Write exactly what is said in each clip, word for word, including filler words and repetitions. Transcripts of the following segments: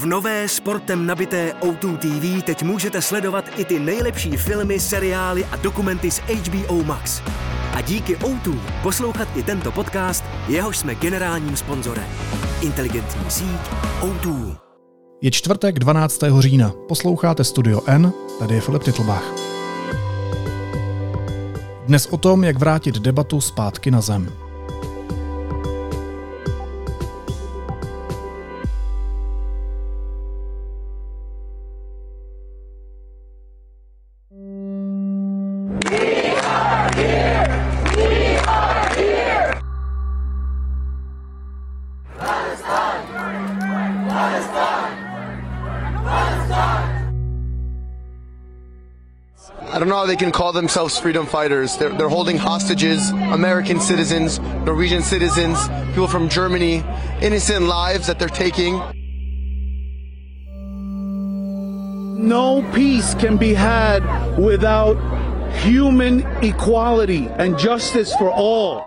V nové sportem nabité ó dva té vé teď můžete sledovat i ty nejlepší filmy, seriály a dokumenty z H B O Max. A díky ó dva poslouchat i tento podcast, jehož jsme generálním sponzorem. Inteligentní síť ó dva. Je čtvrtek dvanáctého října. Posloucháte Studio N, tady je Filip Titlbach. Dnes o tom, jak vrátit debatu zpátky na zem. I don't know how they can call themselves freedom fighters. They're, they're holding hostages, American citizens, Norwegian citizens, people from Germany, innocent lives that they're taking. No peace can be had without human equality and justice for all.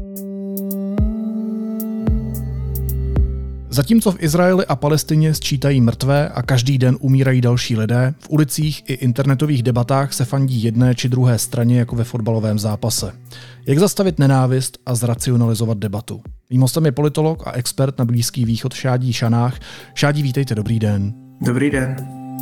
Zatímco v Izraeli a Palestině sčítají mrtvé a každý den umírají další lidé, v ulicích i internetových debatách se fandí jedné či druhé straně jako ve fotbalovém zápase. Jak zastavit nenávist a zracionalizovat debatu? Mým hostem je politolog a expert na Blízký východ Šádí Šanách. Šádí, vítejte, dobrý den. Dobrý den.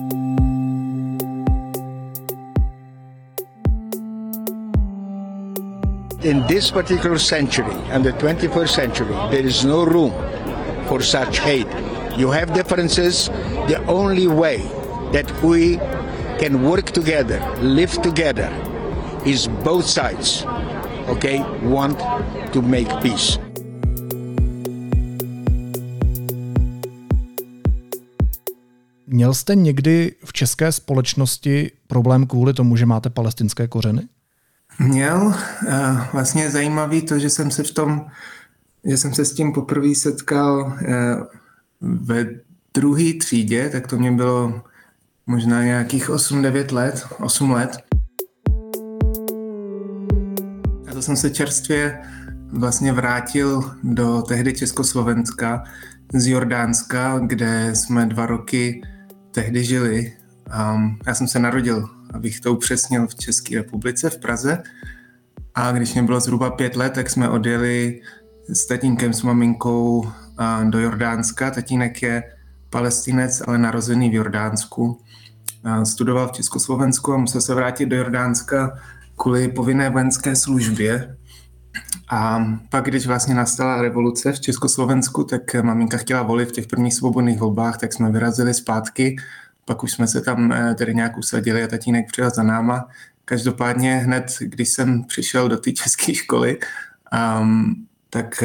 In this particular century and the twenty-first century, there is no room for such hate. You have differences. The only way that we can work together, live together, is both sides, okay, want to make peace. Měl jste někdy v české společnosti problém kvůli tomu, že máte palestinské kořeny? Měl. Vlastně je zajímavý to, že jsem se v tom že jsem se s tím poprvé setkal ve druhé třídě, tak to mě bylo možná nějakých osm devět let, osm let. A to jsem se čerstvě vlastně vrátil do tehdy Československa z Jordánska, kde jsme dva roky tehdy žili. A já jsem se narodil, abych to upřesnil, v České republice v Praze. A když mě bylo zhruba pět let, tak jsme odjeli s tatínkem, s maminkou do Jordánska. Tatínek je Palestinec, ale narozený v Jordánsku. Studoval v Československu a musel se vrátit do Jordánska kvůli povinné vojenské službě. A pak, když vlastně nastala revoluce v Československu, tak maminka chtěla volit v těch prvních svobodných volbách, tak jsme vyrazili zpátky. Pak už jsme se tam tedy nějak usadili a tatínek přijel za náma. Každopádně hned, když jsem přišel do té české školy, um, tak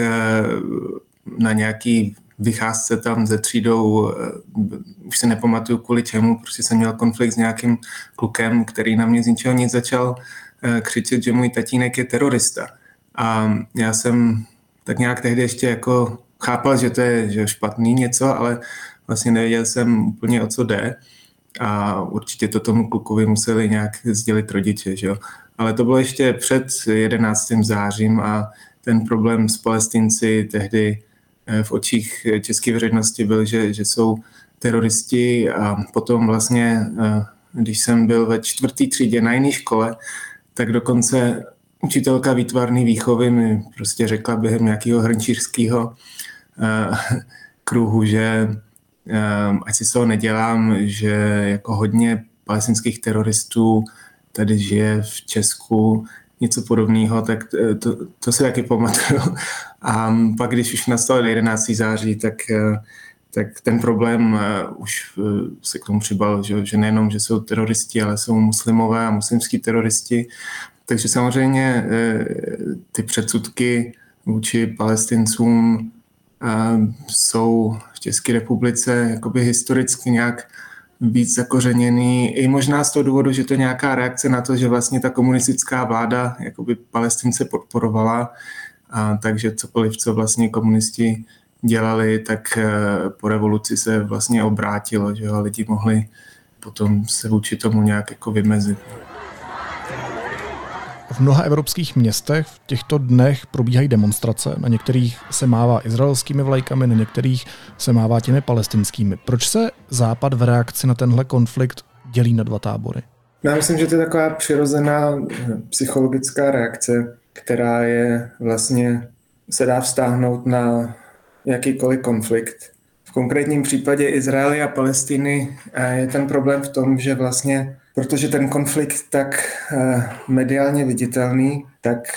na nějaký vycházce tam ze třídou, už se nepamatuju kvůli čemu, prostě jsem měl konflikt s nějakým klukem, který na mě z ničeho nic začal křičet, že můj tatínek je terorista. A já jsem tak nějak tehdy ještě jako chápal, že to je že špatný něco, ale vlastně nevěděl jsem úplně, o co jde. A určitě to tomu klukovi museli nějak sdělit rodiče, že jo. Ale to bylo ještě před jedenáctým zářím a ten problém s Palestinci tehdy v očích české veřejnosti byl, že, že jsou teroristi a potom vlastně, když jsem byl ve čtvrtý třídě na jiné škole, tak dokonce učitelka výtvarné výchovy mi prostě řekla během nějakého hrnčířského kruhu, že ať si z toho nedělám, že jako hodně palestinských teroristů tady žije v Česku, něco podobného, tak to, to si taky pamatuju. A pak, když už nastal jedenáctého září, tak, tak ten problém už se k tomu přibal, že, že nejenom, že jsou teroristi, ale jsou muslimové a muslimský teroristi. Takže samozřejmě ty předsudky vůči Palestincům jsou v České republice jakoby historicky nějak víc zakořeněný. I možná z toho důvodu, že to je nějaká reakce na to, že vlastně ta komunistická vláda jakoby Palestince podporovala, a takže cokoliv, co vlastně komunisti dělali, tak po revoluci se vlastně obrátilo, že lidi mohli potom se vůči tomu nějak jako vymezit. V mnoha evropských městech v těchto dnech probíhají demonstrace. Na některých se mává izraelskými vlajkami, na některých se mává těmi palestinskými. Proč se Západ v reakci na tenhle konflikt dělí na dva tábory? Já myslím, že to je taková přirozená psychologická reakce, která je vlastně, se dá vztáhnout na jakýkoliv konflikt. V konkrétním případě Izraele a Palestiny je ten problém v tom, že vlastně, protože ten konflikt tak mediálně viditelný, tak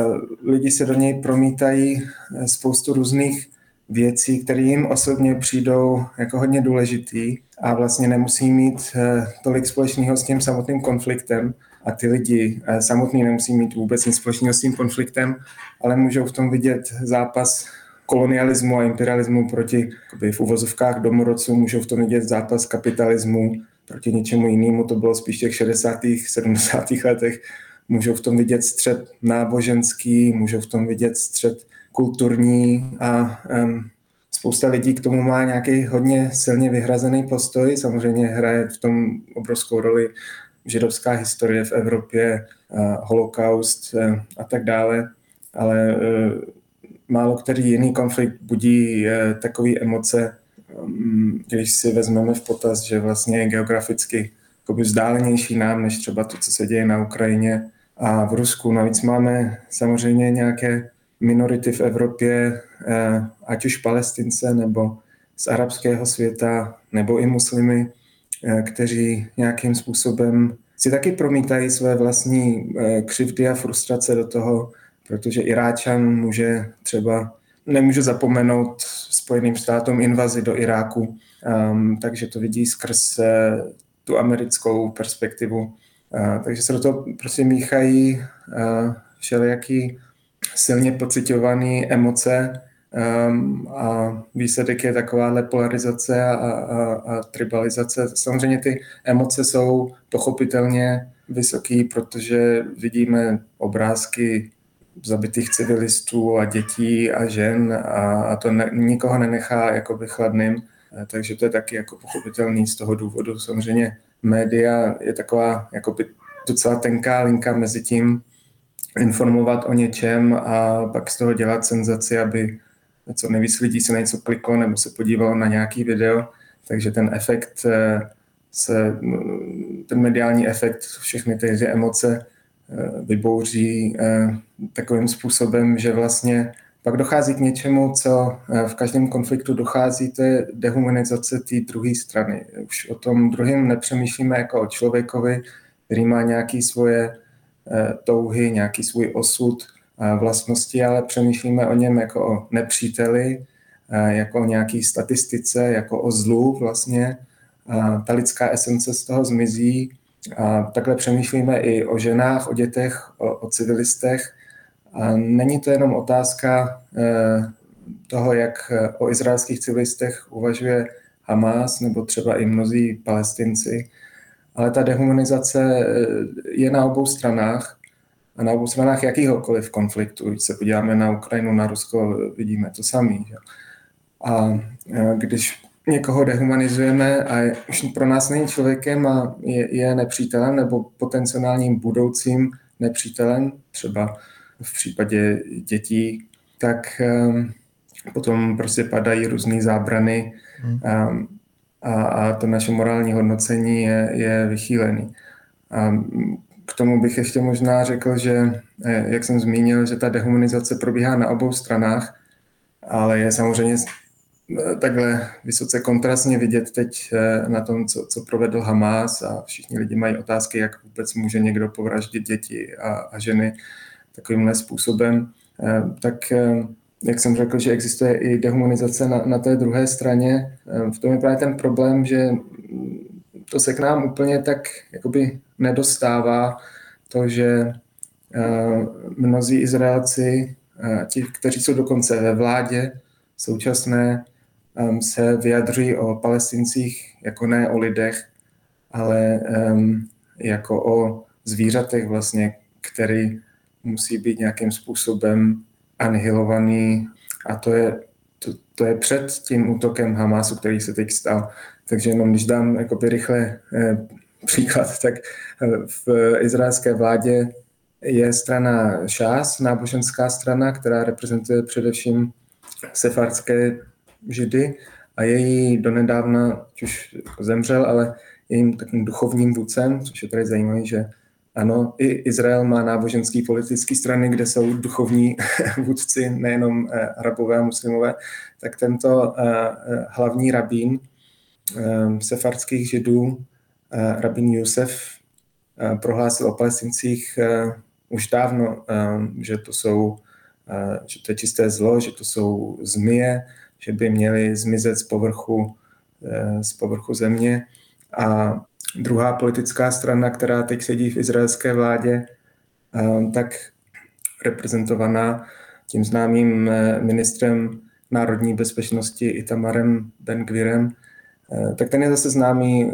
lidi se do něj promítají spoustu různých věcí, které jim osobně přijdou jako hodně důležitý a vlastně nemusí mít tolik společného s tím samotným konfliktem a ty lidi samotný nemusí mít vůbec nic společného s tím konfliktem, ale můžou v tom vidět zápas kolonialismu a imperialismu proti, v uvozovkách domorodců, můžou v tom vidět zápas kapitalismu proti něčemu jinému, to bylo spíš v těch šedesátých, sedmdesátých letech, můžou v tom vidět střet náboženský, můžou v tom vidět střet kulturní a um, spousta lidí k tomu má nějaký hodně silně vyhrazený postoj. Samozřejmě hraje v tom obrovskou roli židovská historie v Evropě, uh, holokaust uh, a tak dále, ale uh, málo který jiný konflikt budí uh, takové emoce, um, když si vezmeme v potaz, že vlastně je geograficky vzdálenější nám, než třeba to, co se děje na Ukrajině a v Rusku. Navíc máme samozřejmě nějaké minority v Evropě, ať už Palestince nebo z arabského světa, nebo i muslimy, kteří nějakým způsobem si taky promítají své vlastní křivdy a frustrace do toho, protože Iráčan může třeba, nemůže zapomenout Spojeným státům invazi do Iráku, takže to vidí skrz tu americkou perspektivu. Takže se do toho prostě míchají všelijaký silně pociťované emoce um, a výsledek je takováhle polarizace a, a, a tribalizace. Samozřejmě ty emoce jsou pochopitelně vysoký, protože vidíme obrázky zabitých civilistů a dětí a žen a, a to ne, nikoho nenechá jakoby chladným, takže to je taky jako pochopitelný z toho důvodu. Samozřejmě média je taková jakoby docela tenká linka mezi tím, informovat o něčem a pak z toho dělat senzaci, aby co nejvíc lidí se na něco kliklo nebo se podívalo na nějaký video. Takže ten efekt, se, ten mediální efekt, všechny ty emoce vybouří takovým způsobem, že vlastně pak dochází k něčemu, co v každém konfliktu dochází, to je dehumanizace té druhé strany. Už o tom druhém nepřemýšlíme jako o člověkovi, který má nějaké svoje touhy, nějaký svůj osud, vlastnosti, ale přemýšlíme o něm jako o nepříteli, jako o nějaký statistice, jako o zlu vlastně. Ta lidská esence z toho zmizí. A takhle přemýšlíme i o ženách, o dětech, o, o civilistech. A není to jenom otázka toho, jak o izraelských civilistech uvažuje Hamas nebo třeba i mnozí Palestinci, ale ta dehumanizace je na obou stranách a na obou stranách jakýhokoliv konfliktu. Když se podíváme na Ukrajinu, na Rusko, vidíme to samé. A když někoho dehumanizujeme a už pro nás není člověkem a je, je nepřítelem nebo potenciálním budoucím nepřítelem, třeba v případě dětí, tak um, potom prostě padají různý zábrany um, a, a to naše morální hodnocení je, je vychýlený. A k tomu bych ještě možná řekl, že, jak jsem zmínil, že ta dehumanizace probíhá na obou stranách, ale je samozřejmě takhle vysoce kontrastně vidět teď na tom, co, co provedl Hamas a všichni lidi mají otázky, jak vůbec může někdo povraždit děti a, a ženy takovýmhle způsobem. Tak jak jsem řekl, že existuje i dehumanizace na, na té druhé straně. V tom je právě ten problém, že to se k nám úplně tak jakoby nedostává to, že mnozí Izraelci, ti, kteří jsou dokonce ve vládě současné, se vyjadřují o Palestincích jako ne o lidech, ale jako o zvířatech vlastně, který musí být nějakým způsobem anihilovaný a to je, to, to je před tím útokem Hamasu, který se teď stal. Takže jenom když dám jakoby rychle eh, příklad, tak v izraelské vládě je strana Šás, náboženská strana, která reprezentuje především sefardské židy a její donedávna už zemřel, ale jejím takým duchovním vůdcem, což je tady zajímavé, že ano, i Izrael má náboženský politický strany, kde jsou duchovní vůdci, nejenom arabové a muslimové, tak tento hlavní rabín sefardských židů, rabín Jusef, prohlásil o Palestincích už dávno, že to jsou, že to je čisté zlo, že to jsou zmije, že by měli zmizet z povrchu, z povrchu země. A druhá politická strana, která teď sedí v izraelské vládě, tak reprezentovaná tím známým ministrem národní bezpečnosti Itamarem Ben-Gvirem, tak ten je zase známý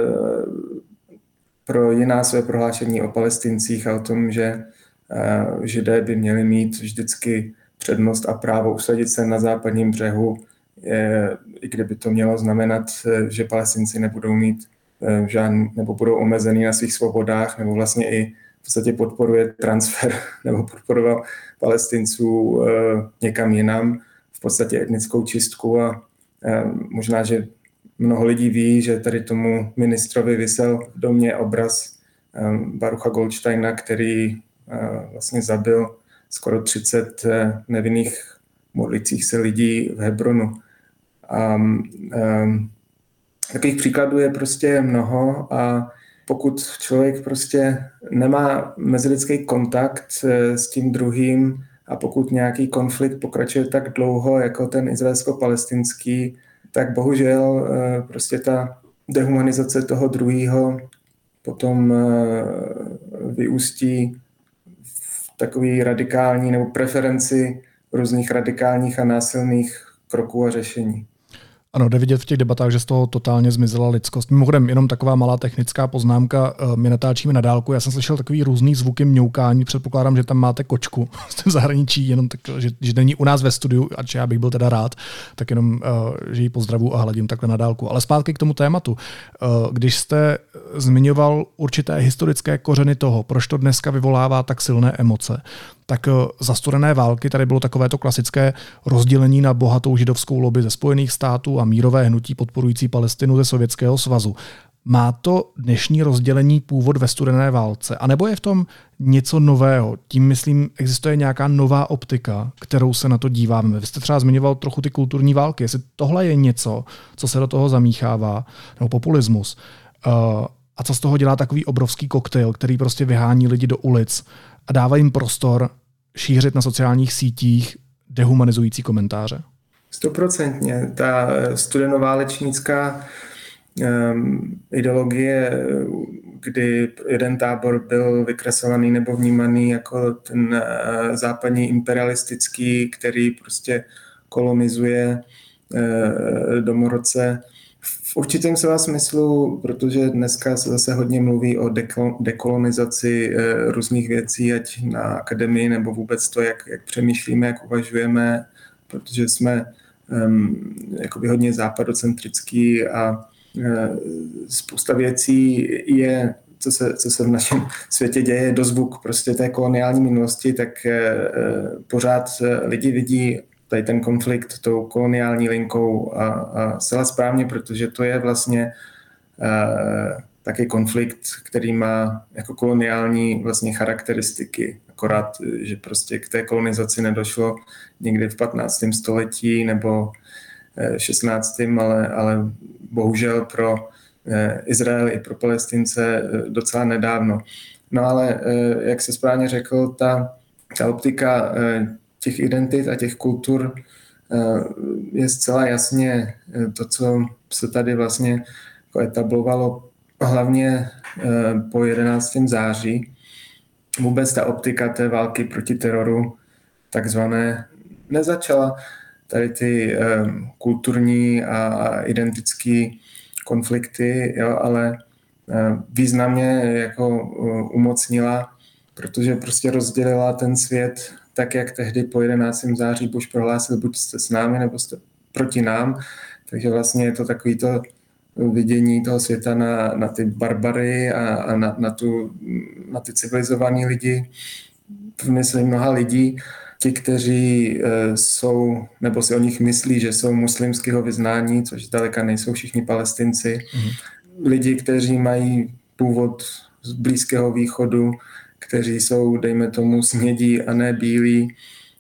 pro jiná své prohlášení o Palestincích a o tom, že Židé by měli mít vždycky přednost a právo usadit se na západním břehu, i kdyby to mělo znamenat, že Palestinci nebudou mít žádný, nebo budou omezený na svých svobodách, nebo vlastně i v podstatě podporuje transfer nebo podporoval Palestinců někam jinam, v podstatě etnickou čistku a možná, že mnoho lidí ví, že tady tomu ministrovi visel v domě obraz Barucha Goldsteina, který vlastně zabil skoro třicet nevinných modlících se lidí v Hebronu. A, um, takových příkladů je prostě mnoho a pokud člověk prostě nemá mezilidský kontakt s tím druhým a pokud nějaký konflikt pokračuje tak dlouho jako ten izraelsko-palestinský, tak bohužel prostě ta dehumanizace toho druhého potom vyústí v takový radikální nebo preferenci různých radikálních a násilných kroků a řešení. Ano, jde vidět v těch debatách, že z toho totálně zmizela lidskost. Mimochodem, jenom taková malá technická poznámka, my natáčíme na dálku, já jsem slyšel takový různý zvuky mňoukání, předpokládám, že tam máte kočku v zahraničí, jenom tak, že, že není u nás ve studiu, ač já bych byl teda rád, tak jenom, že ji pozdravu a hladím takhle na dálku. Ale zpátky k tomu tématu. Když jste zmiňoval určité historické kořeny toho, proč to dneska vyvolává tak silné emoce, tak za studené války tady bylo takovéto klasické rozdělení na bohatou židovskou lobby ze Spojených států a mírové hnutí podporující Palestinu ze Sovětského svazu. Má to dnešní rozdělení původ ve studené válce? A nebo je v tom něco nového? Tím myslím, existuje nějaká nová optika, kterou se na to díváme. Vy jste třeba zmiňoval trochu ty kulturní války. Jestli tohle je něco, co se do toho zamíchává, nebo populismus, a co z toho dělá takový obrovský koktejl, který prostě vyhání lidi do ulic a dává jim prostor šířit na sociálních sítích dehumanizující komentáře. Stoprocentně. Ta studenoválečnická um, ideologie, kdy jeden tábor byl vykreslovaný nebo vnímaný jako ten uh, západní imperialistický, který prostě kolonizuje uh, domorodce. V určitém slova smyslu, protože dneska se zase hodně mluví o dekolonizaci různých věcí, ať na akademii, nebo vůbec to, jak, jak přemýšlíme, jak uvažujeme, protože jsme um, jakoby hodně západocentrický a uh, spousta věcí je, co se, co se v našem světě děje, dozvuk prostě té koloniální minulosti, tak uh, pořád lidi vidí tady ten konflikt tou koloniální linkou a, a zcela správně, protože to je vlastně uh, taky konflikt, který má jako koloniální vlastně charakteristiky. Akorát, že prostě k té kolonizaci nedošlo někdy v patnáctém století nebo šestnáctém ale, ale bohužel pro uh, Izrael i pro Palestince docela nedávno. No ale, uh, jak se správně řekl, ta, ta optika uh, těch identit a těch kultur je zcela jasně to, co se tady vlastně etablovalo hlavně po jedenáctém září. Vůbec ta optika té války proti teroru takzvané nezačala. Tady ty kulturní a identické konflikty, jo, ale významně jako umocnila, protože prostě rozdělila ten svět tak, jak tehdy po jedenáctém září Bush prohlásil, buď jste s námi, nebo jste proti nám. Takže vlastně je to takový to vidění toho světa na, na ty barbary a, a na, na, tu, na ty civilizovaný lidi v mysli mnoha lidí. Ti, kteří jsou, nebo si o nich myslí, že jsou muslimského vyznání, což zdaleka nejsou všichni Palestinci. Mm. Lidi, kteří mají původ z Blízkého východu, kteří jsou, dejme tomu, snědí a ne bílí,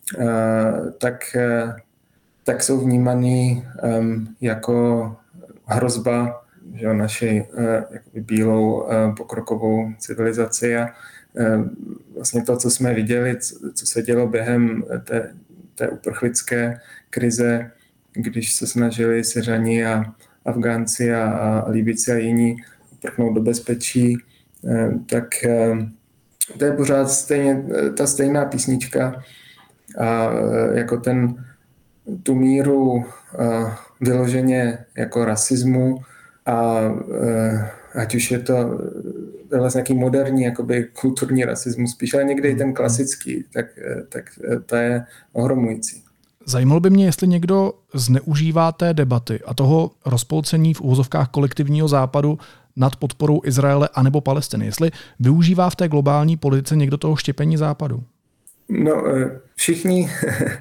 tak, tak jsou vnímaní jako hrozba, že jo, naší jakoby bílou pokrokovou civilizaci. A vlastně to, co jsme viděli, co se dělo během té, té uprchlické krize, když se snažili Syřani a Afgánci a, a Líbíci a jiní uprchnout do bezpečí, tak to je pořád stejně, ta stejná písnička a jako ten, tu míru vyloženě jako rasismu a ať už je to vlastně nějaký moderní jakoby kulturní rasismus spíš, ale někdy i ten klasický, tak, tak to je ohromující. Zajímalo by mě, jestli někdo zneužívá té debaty a toho rozpolcení v uvozovkách kolektivního západu nad podporou Izraele anebo Palestiny. Jestli využívá v té globální politice někdo toho štěpení západu? No, všichni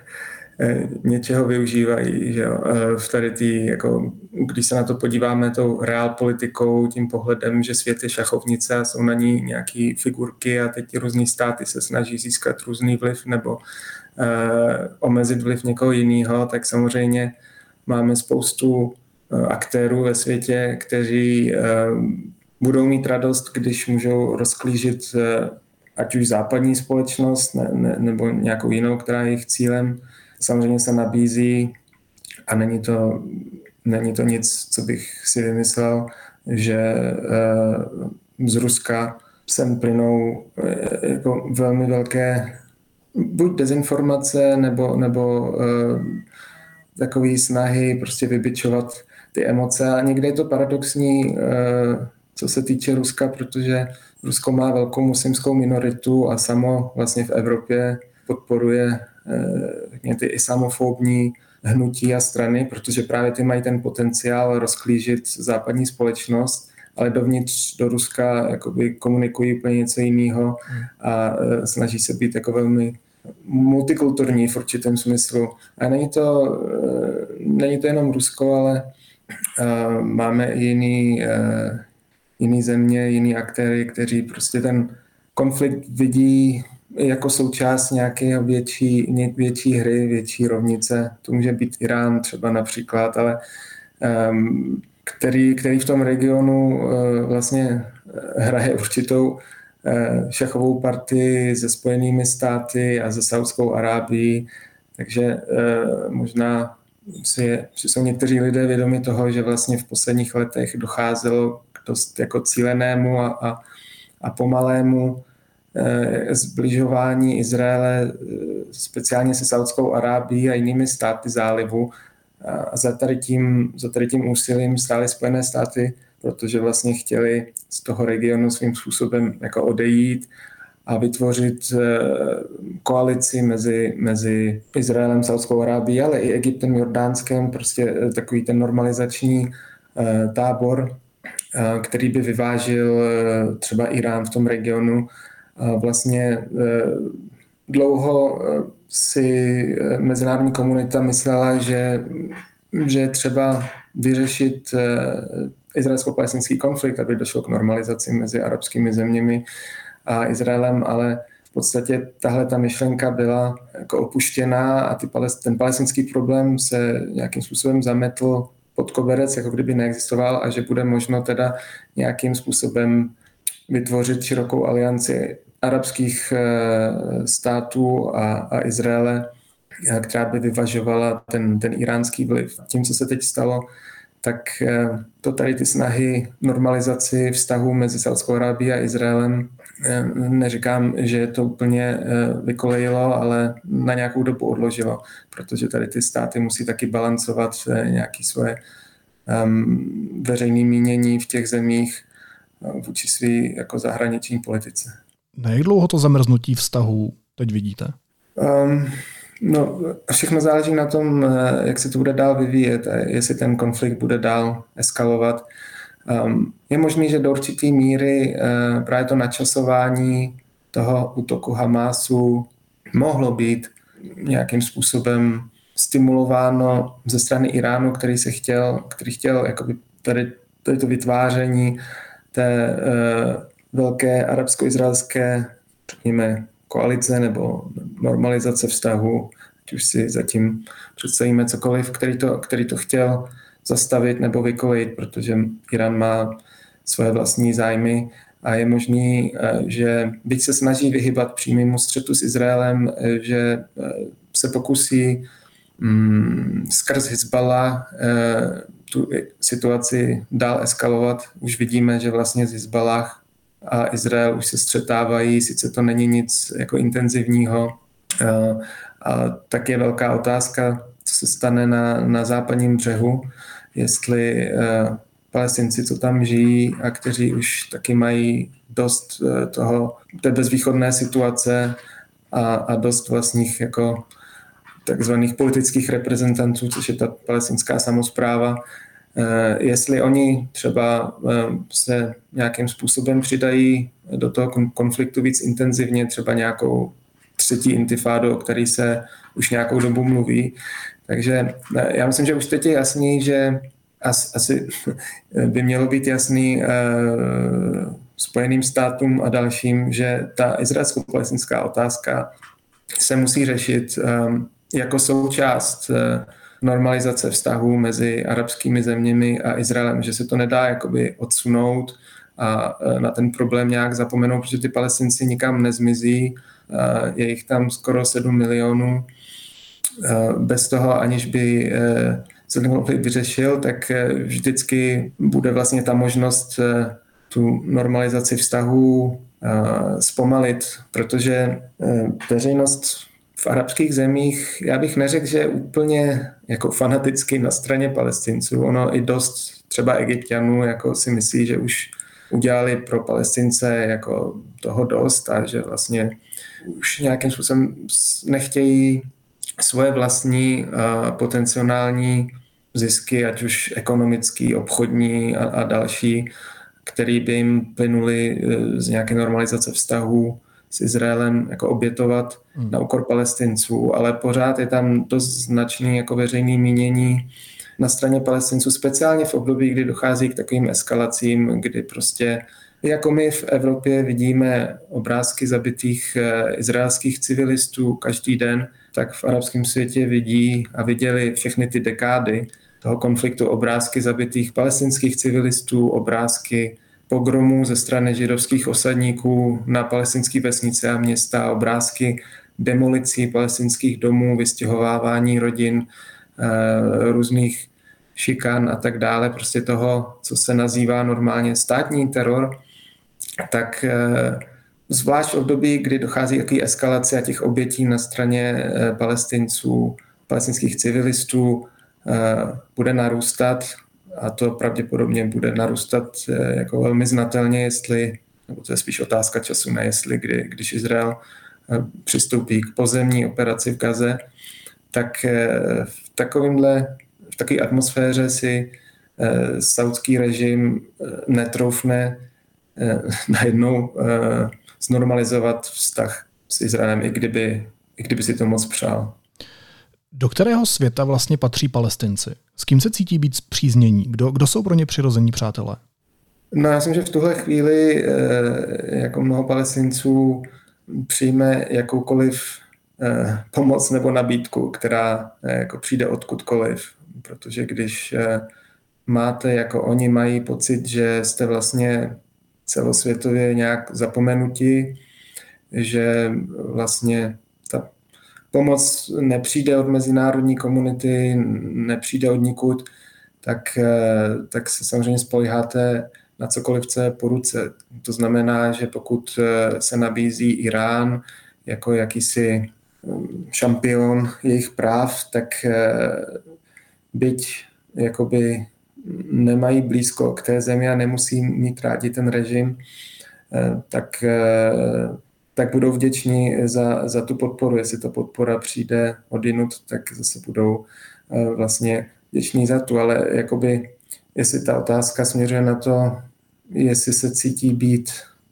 něčeho využívají, že jo. V tady tý, jako, když se na to podíváme tou reál politikou, tím pohledem, že svět je šachovnice a jsou na ní nějaké figurky a teď různý státy se snaží získat různý vliv nebo uh, omezit vliv někoho jiného, tak samozřejmě máme spoustu uh, aktérů ve světě, kteří uh, budou mít radost, když můžou rozklížit uh, ať už západní společnost ne, ne, nebo nějakou jinou, která je jejich cílem. Samozřejmě se nabízí a není to, není to nic, co bych si vymyslel, že z Ruska sem plynou jako velmi velké buď dezinformace nebo, nebo takové snahy prostě vybičovat ty emoce. A někde je to paradoxní, co se týče Ruska, protože Rusko má velkou muslimskou minoritu a samo vlastně v Evropě podporuje ty islamofobní hnutí a strany, protože právě ty mají ten potenciál rozklížit západní společnost, ale dovnitř do Ruska jakoby komunikují úplně něco jiného a snaží se být jako velmi multikulturní v určitém smyslu. A není to, není to jenom Rusko, ale máme i jiný, jiný země, jiný aktéry, kteří prostě ten konflikt vidí jako součást nějaké větší, větší hry, větší rovnice. To může být Irán třeba například, ale um, který, který v tom regionu uh, vlastně hraje určitou uh, šachovou partii se Spojenými státy a se Saudskou Arábií. Takže uh, možná si, si jsou někteří lidé vědomi toho, že vlastně v posledních letech docházelo k dost jako cílenému a, a, a pomalému zbližování Izraele speciálně se Saudskou Arábií a jinými státy zálivu. A za tady tím, za tady tím úsilím stály Spojené státy, protože vlastně chtěli z toho regionu svým způsobem jako odejít a vytvořit koalici mezi, mezi Izraelem, Saudskou Arábií, ale i Egyptem, Jordánskem, prostě takový ten normalizační tábor, který by vyvážil třeba Irán v tom regionu. Vlastně dlouho si mezinárodní komunita myslela, že, že je třeba vyřešit izraelsko-palestinský konflikt, aby došlo k normalizaci mezi arabskými zeměmi a Izraelem, ale v podstatě tahle ta myšlenka byla jako opuštěná a ty, ten palestinský problém se nějakým způsobem zametl pod koberec, jako kdyby neexistoval a že bude možno teda nějakým způsobem vytvořit širokou alianci arabských států a, a Izraele, která by vyvažovala ten, ten iránský vliv. Tím, co se teď stalo, tak to tady ty snahy normalizaci vztahů mezi Saudskou Arábií a Izraelem, neříkám, že to úplně vykolejilo, ale na nějakou dobu odložilo, protože tady ty státy musí taky balancovat nějaké svoje um, veřejné mínění v těch zemích vůči svý jako zahraniční politice. Na jak dlouho to zamrznutí vztahů teď vidíte? Um, No, všechno záleží na tom, jak se to bude dál vyvíjet a jestli ten konflikt bude dál eskalovat. Um, je možné, že do určité míry uh, právě to načasování toho útoku Hamásu mohlo být nějakým způsobem stimulováno ze strany Iránu, který se chtěl, který chtěl jakoby tady, tady to vytváření té uh, velké arabsko-izraelské, řekněme, koalice nebo normalizace vztahu, ať už si zatím představíme cokoliv, který to, který to chtěl zastavit nebo vykolejit, protože Irán má svoje vlastní zájmy a je možný, že byť se snaží vyhybat přímému střetu s Izraelem, že se pokusí mm, skrz Hizballah tu situaci dál eskalovat. Už vidíme, že vlastně z Hizballah a Izrael už se střetávají, sice to není nic jako intenzivního. A tak je velká otázka, co se stane na, na západním břehu, jestli uh, Palestinci, co tam žijí a kteří už taky mají dost uh, toho, té bezvýchodné situace a, a dost vlastních jako takzvaných politických reprezentantů, což je ta palestinská samospráva, uh, jestli oni třeba uh, se nějakým způsobem přidají do toho konfliktu víc intenzivně, třeba nějakou třetí intifádu, o který se už nějakou dobu mluví. Takže já myslím, že už teď je jasný, že asi by mělo být jasný Spojeným státům a dalším, že ta izraelsko-palestinská otázka se musí řešit jako součást normalizace vztahů mezi arabskými zeměmi a Izraelem, že se to nedá jakoby odsunout a na ten problém nějak zapomenout, protože ty Palestinci nikam nezmizí, je jich tam skoro sedm milionů. Bez toho, aniž by se to vyřešil, tak vždycky bude vlastně ta možnost tu normalizaci vztahů zpomalit, protože veřejnost v arabských zemích, já bych neřekl, že je úplně jako fanaticky na straně Palestinců. Ono i dost třeba Egypťanů jako si myslí, že už udělali pro Palestince jako toho dost a že vlastně už nějakým způsobem nechtějí svoje vlastní uh, potenciální zisky, ať už ekonomický, obchodní a, a další, který by jim plynuly uh, z nějaké normalizace vztahů s Izraelem, jako obětovat hmm. na úkor Palestinců, ale pořád je tam dost značný jako veřejný mínění na straně Palestinců, speciálně v období, kdy dochází k takovým eskalacím, kdy prostě jako my v Evropě vidíme obrázky zabitých izraelských civilistů každý den, tak v arabském světě vidí a viděli všechny ty dekády toho konfliktu obrázky zabitých palestinských civilistů, obrázky pogromů ze strany židovských osadníků na palestinské vesnice a města, obrázky demolicí palestinských domů, vystěhovávání rodin, různých šikan a tak dále, prostě toho, co se nazývá normálně státní teror, tak zvlášť v období, kdy dochází k eskalaci a těch obětí na straně Palestinců, palestinských civilistů, bude narůstat a to pravděpodobně bude narůstat jako velmi znatelně, jestli, nebo to je spíš otázka času, ne jestli, kdy, když Izrael přistoupí k pozemní operaci v Gaze, tak v takovémhle, v takové atmosféře si saudský režim netroufne najednou znormalizovat vztah s Izraelem, i kdyby, i kdyby si to moc přál. Do kterého světa vlastně patří Palestinci? S kým se cítí být spříznění? Kdo, kdo jsou pro ně přirození přátelé? No já myslím, že v tuhle chvíli jako mnoho Palestinců přijme jakoukoliv pomoc nebo nabídku, která jako přijde odkudkoliv. Protože když máte, jako oni mají pocit, že jste vlastně celosvětově nějak zapomenuti, že vlastně ta pomoc nepřijde od mezinárodní komunity, nepřijde od nikud, tak, tak se samozřejmě spoléháte na cokoliv, co je po ruce. To znamená, že pokud se nabízí Irán jako jakýsi šampion jejich práv, tak byť jakoby nemají blízko k té zemi a nemusí mít rádi ten režim, tak tak budou vděční za, za tu podporu. Jestli ta podpora přijde odinut, tak zase budou vlastně vděční za tu. Ale jakoby, jestli ta otázka směřuje na to, jestli se cítí být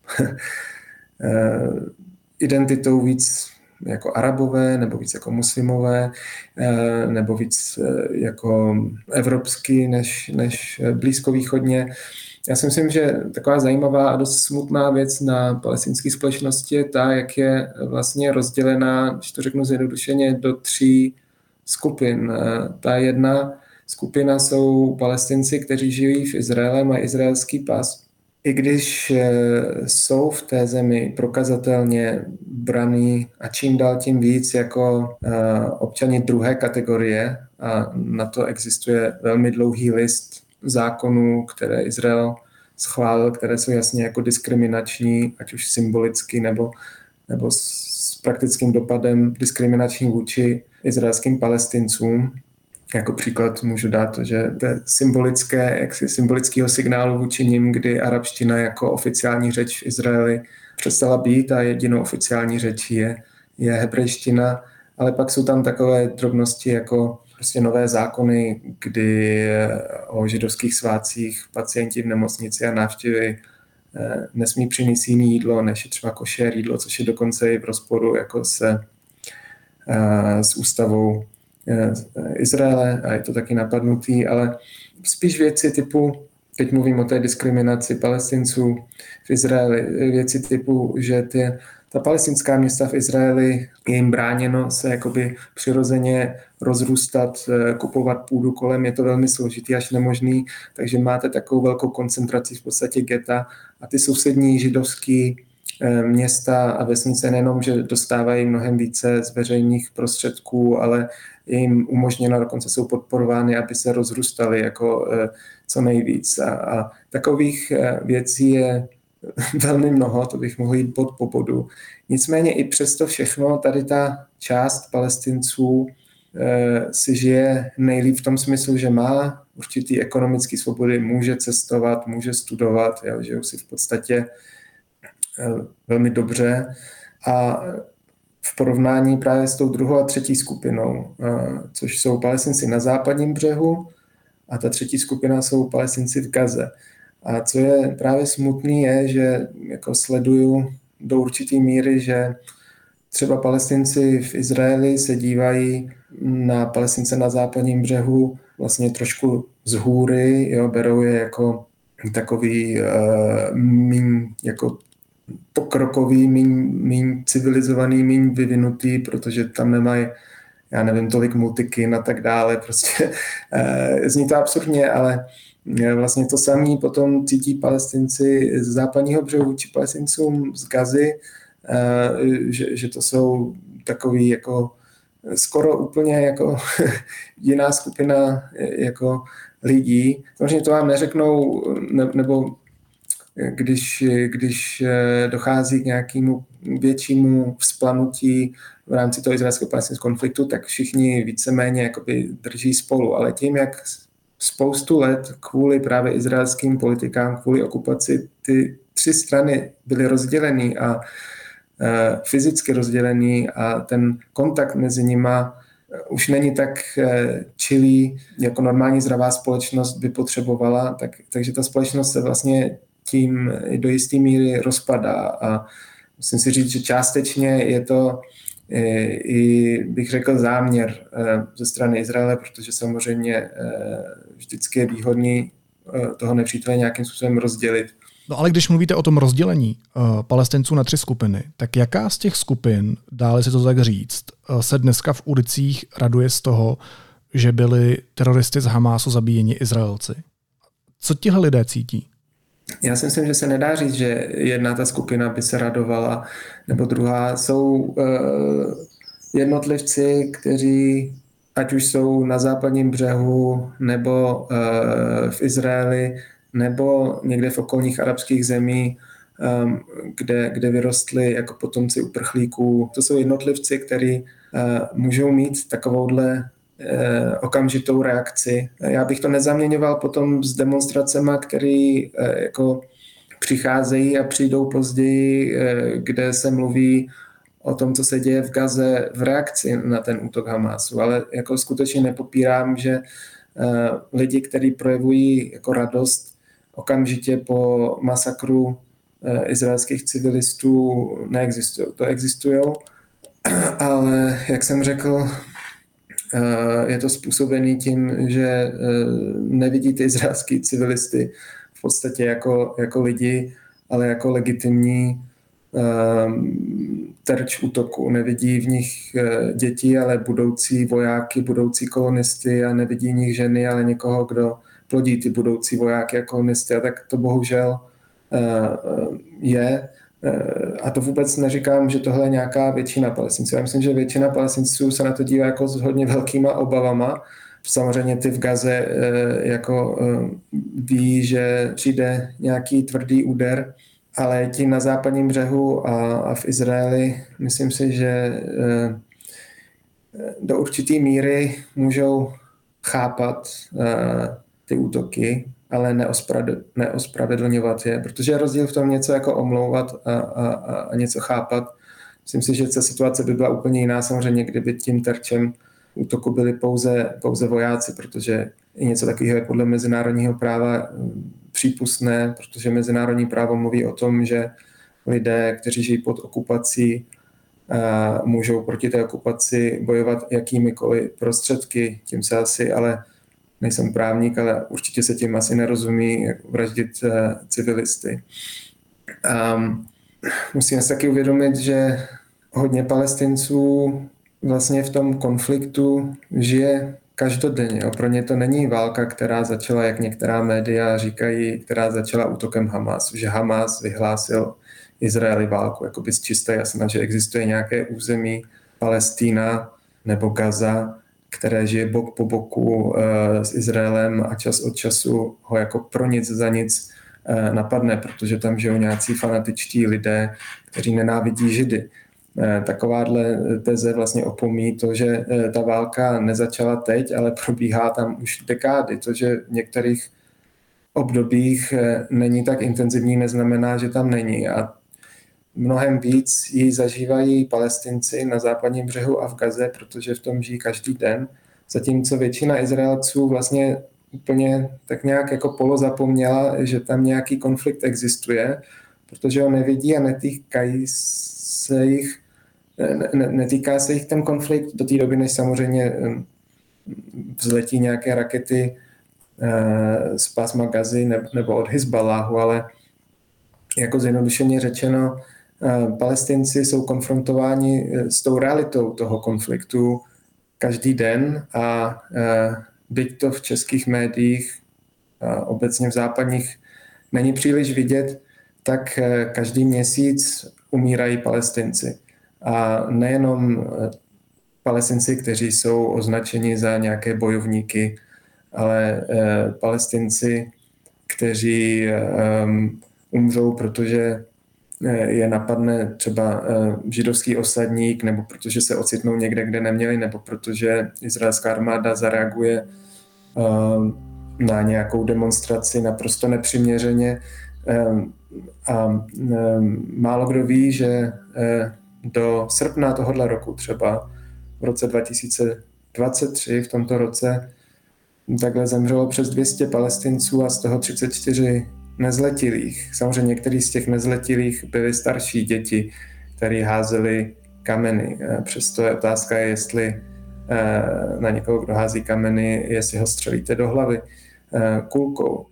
identitou víc jako Arabové, nebo víc jako muslimové, nebo víc jako evropský než, než blízkovýchodně. Já si myslím, že taková zajímavá a dost smutná věc na palestinské společnosti je ta, jak je vlastně rozdělená, když to řeknu zjednodušeně, do tří skupin. Ta jedna skupina jsou Palestinci, kteří žijí v Izraeli, mají izraelský pas. I když jsou v té zemi prokazatelně braní a čím dál tím víc jako občani druhé kategorie, a na to existuje velmi dlouhý list zákonů, které Izrael schválil, které jsou jasně jako diskriminační, ať už symbolicky nebo, nebo s praktickým dopadem diskriminační vůči izraelským Palestincům. Jako příklad můžu dát, že to je symbolické, jaksi symbolického signálu vůči nim, kdy arabština jako oficiální řeč v Izraeli přestala být a jedinou oficiální řečí je, je hebrejština, ale pak jsou tam takové drobnosti jako prostě nové zákony, kdy o židovských svátcích pacienti v nemocnici a návštěvy nesmí přinést jiné jídlo, než je třeba košer jídlo, což je dokonce i v rozporu jako se, s ústavou Izraele a je to taky napadnutý, ale spíš věci typu, teď mluvím o té diskriminaci Palestinců v Izraeli, věci typu, že ty, ta palestinská města v Izraeli je jim bráněno se jakoby přirozeně rozrůstat, kupovat půdu kolem, je to velmi složitý až nemožný, takže máte takovou velkou koncentraci v podstatě geta a ty sousední židovský města a vesnice nejenom, že dostávají mnohem více z veřejných prostředků, ale je jim umožněno, dokonce jsou podporovány, aby se rozrůstaly jako co nejvíc. A, a takových věcí je velmi mnoho, to bych mohl jít bod po bodu. Nicméně i přesto všechno, tady ta část Palestinců e, si žije nejlíp v tom smyslu, že má určitý ekonomický svobody, může cestovat, může studovat, jo, žijou si v podstatě e, velmi dobře a v porovnání právě s tou druhou a třetí skupinou, což jsou Palestinci na západním břehu a ta třetí skupina jsou Palestinci v Gaze. A co je právě smutný je, že jako sleduju do určitý míry, že třeba Palestinci v Izraeli se dívají na Palestince na západním břehu vlastně trošku z hůry, jo, berou je jako takový uh, míň jako pokrokový, míň, míň civilizovaný, míň vyvinutý, protože tam nemají, já nevím, tolik multikin a tak dále. Prostě e, zní to absurdně, ale vlastně to samé potom cítí Palestinci z západního břehu vůči Palestincům z Gazy, e, že, že to jsou takový jako skoro úplně jako jiná skupina jako lidí. Samozřejmě to vám neřeknou, ne, nebo Když, když dochází k nějakému většímu vzplanutí v rámci toho izraelsko-palestinského konfliktu, tak všichni víceméně jakoby drží spolu. Ale tím, jak spoustu let kvůli právě izraelským politikám, kvůli okupaci, ty tři strany byly rozdělený a e, fyzicky rozdělený a ten kontakt mezi nima už není tak čilý, jako normální zdravá společnost by potřebovala, tak, takže ta společnost se vlastně tím do jisté míry rozpadá a musím si říct, že částečně je to i, bych řekl, záměr ze strany Izraele, protože samozřejmě vždycky je výhodný toho nepřítele nějakým způsobem rozdělit. No ale když mluvíte o tom rozdělení uh, Palestinců na tři skupiny, tak jaká z těch skupin, dále si to tak říct, uh, se dneska v ulicích raduje z toho, že byli teroristy z Hamásu zabíjeni Izraelci? Co tihle lidé cítí? Já si myslím, že se nedá říct, že jedna ta skupina by se radovala, nebo druhá. Jsou uh, jednotlivci, kteří ať už jsou na západním břehu, nebo uh, v Izraeli, nebo někde v okolních arabských zemí, um, kde, kde vyrostli jako potomci uprchlíků. To jsou jednotlivci, kteří uh, můžou mít takovouhle okamžitou reakci. Já bych to nezaměňoval potom s demonstracemi, který jako přicházejí a přijdou později, kde se mluví o tom, co se děje v Gaze v reakci na ten útok Hamásu. Ale jako skutečně nepopírám, že lidi, kteří projevují jako radost okamžitě po masakru izraelských civilistů, neexistují. To existují, ale jak jsem řekl, je to způsobený tím, že nevidí ty izraelský civilisty v podstatě jako, jako lidi, ale jako legitimní terč útoku. Nevidí v nich děti, ale budoucí vojáky, budoucí kolonisty a nevidí v nich ženy, ale někoho, kdo plodí ty budoucí vojáky a kolonisty. A tak to bohužel je. A to vůbec neříkám, že tohle je nějaká většina Palestinců. Já myslím, že většina Palestinců se na to dívá jako s hodně velkýma obavama. Samozřejmě ty v Gaze jako ví, že přijde nějaký tvrdý úder, ale ti na západním břehu a, a v Izraeli, myslím si, že do určité míry můžou chápat ty útoky, ale neospravedlňovat je, protože je rozdíl v tom něco jako omlouvat a, a, a něco chápat. Myslím si, že ta situace by byla úplně jiná, samozřejmě, kdyby tím terčem útoku byli pouze, pouze vojáci, protože i něco takového je podle mezinárodního práva přípustné, protože mezinárodní právo mluví o tom, že lidé, kteří žijí pod okupací, můžou proti té okupaci bojovat jakýmikoliv prostředky, tím se asi, ale nejsem právník, ale určitě se tím asi nerozumí, jak vraždit civilisty. Um, musíme se taky uvědomit, že hodně Palestinců vlastně v tom konfliktu žije každodenně. Pro ně to není válka, která začala, jak některá média říkají, která začala útokem Hamásu, že Hamás vyhlásil Izraeli válku, jakoby z čisté jasna, že existuje nějaké území Palestína nebo Gaza, které žije bok po boku e, s Izraelem a čas od času ho jako pro nic za nic e, napadne, protože tam žijou nějací fanatičtí lidé, kteří nenávidí Židy. E, takováhle teze vlastně opomíjí to, že e, ta válka nezačala teď, ale probíhá tam už dekády. To, že v některých obdobích e, není tak intenzivní, neznamená, že tam není. A mnohem víc ji zažívají Palestinci na západním břehu a v Gaze, protože v tom žijí každý den. Zatímco většina Izraelců vlastně úplně tak nějak jako polozapomněla, že tam nějaký konflikt existuje, protože ho nevidí a netýkají se jich, ne, netýká se jich ten konflikt do té doby, než samozřejmě vzletí nějaké rakety z pásma Gazy nebo od Hizballáhu, ale jako zjednodušeně řečeno, Palestinci jsou konfrontováni s tou realitou toho konfliktu každý den a byť to v českých médiích a obecně v západních není příliš vidět, tak každý měsíc umírají Palestinci. A nejenom Palestinci, kteří jsou označeni za nějaké bojovníky, ale Palestinci, kteří umřou, protože je napadne třeba židovský osadník, nebo protože se ocitnou někde, kde neměli, nebo protože izraelská armáda zareaguje na nějakou demonstraci naprosto nepřiměřeně. A málo kdo ví, že do srpna tohoto roku, třeba v roce dva tisíce dvacet tři, v tomto roce, takhle zemřelo přes dvě stě Palestinců a z toho třicet čtyři nezletilých. Samozřejmě některý z těch nezletilých byly starší děti, které házely kameny. Přesto je otázka, jestli na někoho, kdo hází kameny, jestli ho střelíte do hlavy kulkou.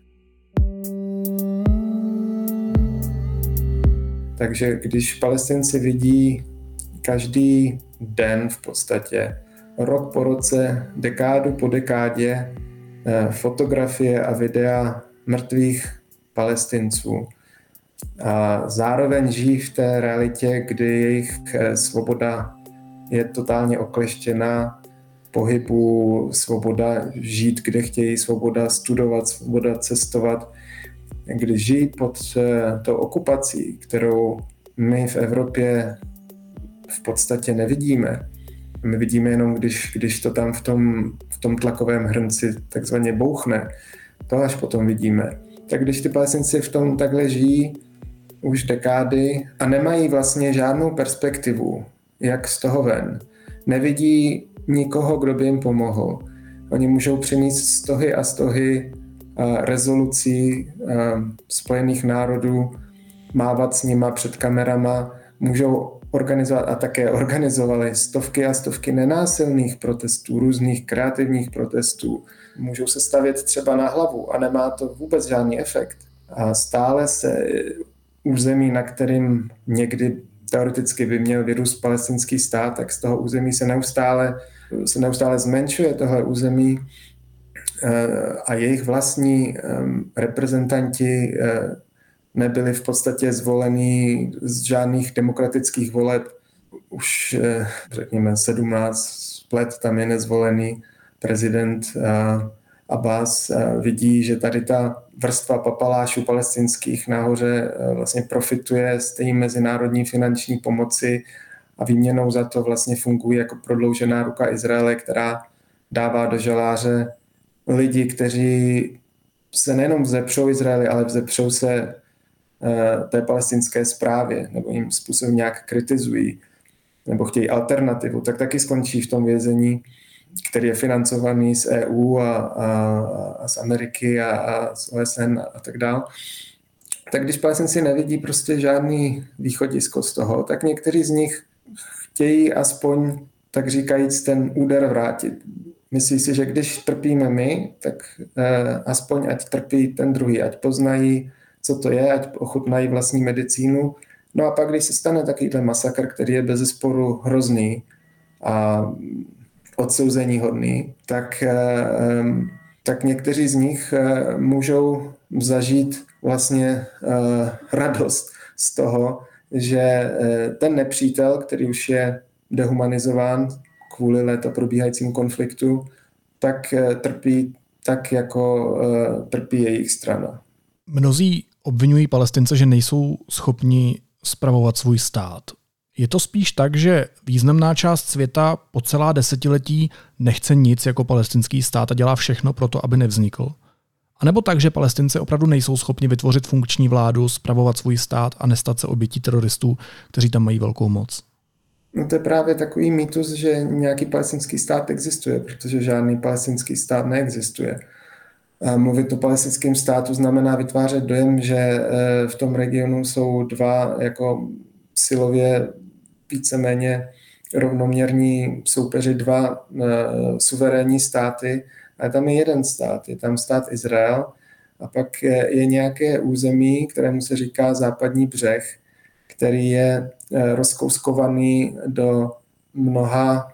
Takže když Palestinci vidí každý den v podstatě, rok po roce, dekádu po dekádě, fotografie a videa mrtvých Palestinců a zároveň žijí v té realitě, kdy jejich svoboda je totálně okleštěna, pohybu, svoboda žít, kde chtějí, svoboda studovat, svoboda cestovat. Když žijí pod tou okupací, kterou my v Evropě v podstatě nevidíme, my vidíme jenom, když, když to tam v tom, v tom tlakovém hrnci takzvaně bouchne, to až potom vidíme. tak když ty Palestinci v tom takhle žijí už dekády a nemají vlastně žádnou perspektivu, jak z toho ven, nevidí nikoho, kdo by jim pomohl. Oni můžou přinést stohy a stohy rezolucí Spojených národů, mávat s nima před kamerama, můžou organizovat a také organizovali stovky a stovky nenásilných protestů, různých kreativních protestů. Můžou se stavět třeba na hlavu a nemá to vůbec žádný efekt. A stále se území, na kterým někdy teoreticky by měl vyrůst palestinský stát, tak z toho území se neustále, se neustále zmenšuje tohle území a jejich vlastní reprezentanti nebyli v podstatě zvolení z žádných demokratických voleb. Už řekněme sedmnáct let tam je nezvolený prezident Abbas. Vidí, že tady ta vrstva papalášů palestinských nahoře vlastně profituje z té mezinárodní finanční pomoci a výměnou za to vlastně funguje jako prodloužená ruka Izraele, která dává do žaláře lidi, kteří se nejenom vzepřou Izraeli, ale vzepřou se té palestinské správě nebo jim způsobem nějak kritizují nebo chtějí alternativu, tak taky skončí v tom vězení, který je financovaný z E U a, a, a z Ameriky a, a z O S N a tak dále. Tak když Palestinci nevidí prostě žádný východisko z toho, tak někteří z nich chtějí aspoň, tak říkajíc, ten úder vrátit. Myslí si, že když trpíme my, tak eh, aspoň ať trpí ten druhý, ať poznají, co to je, ať ochutnají vlastní medicínu. No a pak, když se stane takovýhle masakr, který je bezesporu hrozný a odsouzení hodný, tak, eh, tak někteří z nich eh, můžou zažít vlastně eh, radost z toho, že eh, ten nepřítel, který už je dehumanizován kvůli léta probíhajícímu konfliktu, tak trpí tak, jako uh, trpí jejich strana. Mnozí obvinují Palestince, že nejsou schopni spravovat svůj stát. Je to spíš tak, že významná část světa po celá desetiletí nechce nic jako palestinský stát a dělá všechno pro to, aby nevznikl? A nebo tak, že Palestinci opravdu nejsou schopni vytvořit funkční vládu, spravovat svůj stát a nestat se obětí teroristů, kteří tam mají velkou moc? No to je právě takový mýtus, že nějaký palestinský stát existuje, protože žádný palestinský stát neexistuje. A mluvit o palestinském státu znamená vytvářet dojem, že v tom regionu jsou dva jako silově víceméně rovnoměrní soupeři, dva suverénní státy, ale tam je jeden stát, je tam stát Izrael a pak je nějaké území, kterému se říká Západní břeh, který je rozkouskovaný do mnoha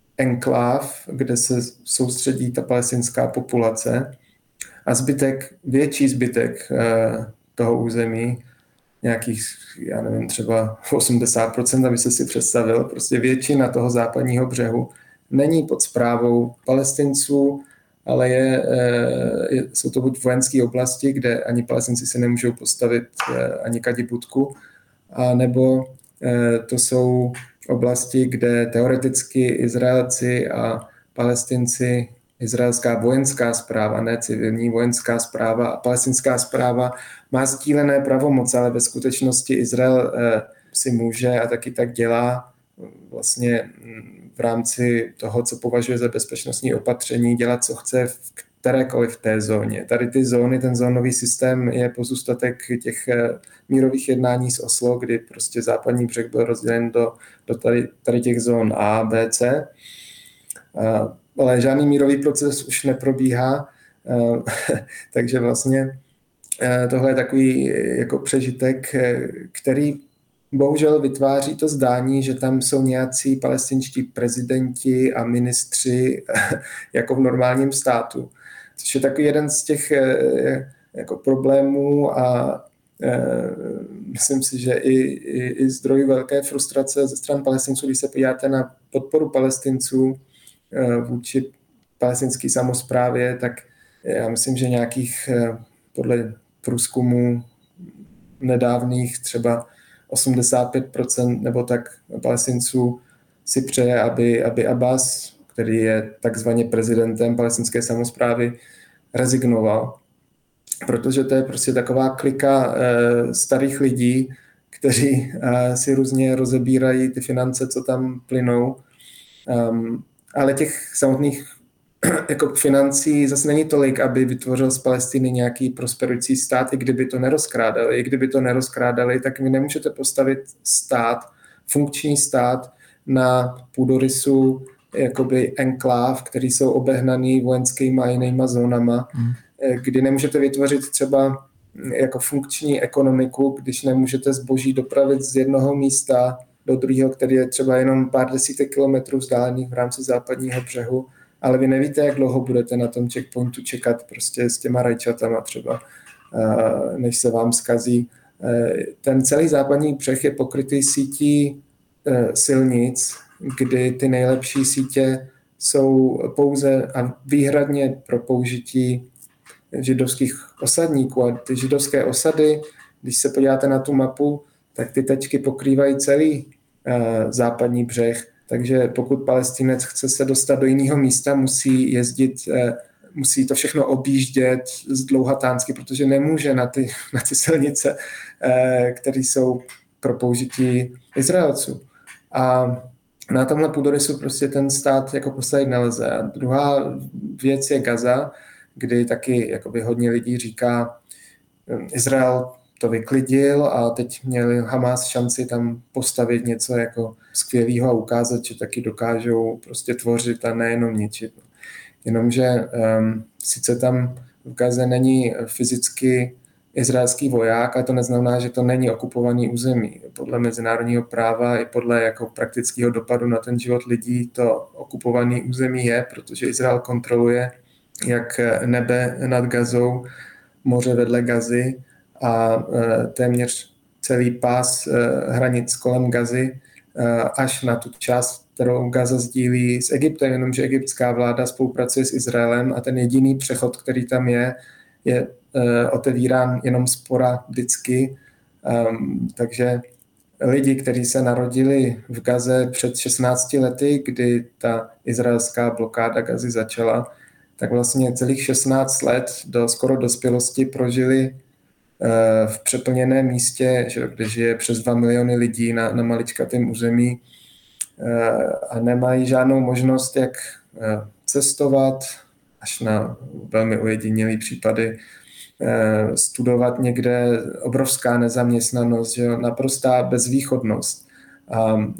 enkláv, kde se soustředí ta palestinská populace a zbytek, větší zbytek toho území, nějakých, já nevím, třeba osmdesát procent, aby se si představil, prostě většina toho západního břehu není pod správou Palestinců, ale je, je, jsou to buď vojenské oblasti, kde ani Palestinci se nemůžou postavit ani kadibutku, a nebo to jsou oblasti, kde teoreticky Izraelci a Palestinci, izraelská vojenská správa, ne civilní vojenská správa a palestinská správa má sdílené pravomoc, ale ve skutečnosti Izrael si může a taky tak dělá vlastně v rámci toho, co považuje za bezpečnostní opatření, dělat, co chce v kterékoliv té zóně. Tady ty zóny, ten zónový systém je pozůstatek těch mírových jednání z Oslo, kdy prostě západní břeh byl rozdělen do, do tady, tady těch zón A, B, C. Ale žádný mírový proces už neprobíhá, takže vlastně tohle je takový jako přežitek, který bohužel vytváří to zdání, že tam jsou nějací palestinští prezidenti a ministři jako v normálním státu. Což je takový jeden z těch jako problémů a myslím si, že i, i, i zdroj velké frustrace ze stran Palestinců, když se podíváte na podporu Palestinců vůči palestinské samosprávě, tak já myslím, že nějakých podle průzkumů nedávných třeba osmdesát pět procent nebo tak Palestinců si přeje, aby, aby Abbas, který je takzvaně prezidentem palestinské samosprávy, rezignoval. protože to je prostě taková klika starých lidí, kteří si různě rozebírají ty finance, co tam plynou. Ale těch samotných jako financí zase není tolik, aby vytvořil z Palestiny nějaký prosperující stát, i kdyby to nerozkrádali. I kdyby to nerozkrádali, tak vy nemůžete postavit stát, funkční stát na půdorysu jakoby enkláv, který jsou obehnaný vojenskýma a jinýma zónama, hmm. kdy nemůžete vytvořit třeba jako funkční ekonomiku, když nemůžete zboží dopravit z jednoho místa do druhého, který je třeba jenom pár desítek kilometrů vzdálených v rámci západního břehu, ale vy nevíte, jak dlouho budete na tom checkpointu čekat prostě s těma rajčatama třeba, než se vám zkazí. Ten celý západní břeh je pokrytý sítí silnic, kdy ty nejlepší sítě jsou pouze a výhradně pro použití židovských osadníků. A ty židovské osady, když se podíváte na tu mapu, tak ty tečky pokrývají celý západní břeh. Takže pokud Palestinec chce se dostat do jiného místa, musí jezdit, musí to všechno objíždět z dlouhatánsky, protože nemůže na ty, na ty silnice, které jsou pro použití Izraelců. A na tomhle půdorysu prostě ten stát jako postavit nelze. A druhá věc je Gaza, kdy taky jakoby hodně lidí říká, Izrael to vyklidil a teď měli Hamas šanci tam postavit něco jako skvělého a ukázat, že taky dokážou prostě tvořit a nejenom ničit. Jenomže um, sice tam v Gaze není fyzicky izraelský voják, ale to neznamená, že to není okupovaný území. Podle mezinárodního práva i podle jako praktického dopadu na ten život lidí to okupovaný území je, protože Izrael kontroluje jak nebe nad Gazou, moře vedle Gazy a téměř celý pás hranic kolem Gazy až na tu část, kterou Gaza sdílí s Egyptem, jenomže egyptská vláda spolupracuje s Izraelem a ten jediný přechod, který tam je, je otevírán jenom sporadicky. Um, takže lidi, kteří se narodili v Gaze před šestnácti lety, kdy ta izraelská blokáda Gazy začala, tak vlastně celých šestnáct let do skoro dospělosti prožili uh, v přeplněném místě, že, kde žije přes dva miliony lidí na, na maličkatém území uh, a nemají žádnou možnost, jak uh, cestovat, až na velmi ojedinělé případy studovat někde, obrovská nezaměstnanost, že naprostá bezvýchodnost. A, um,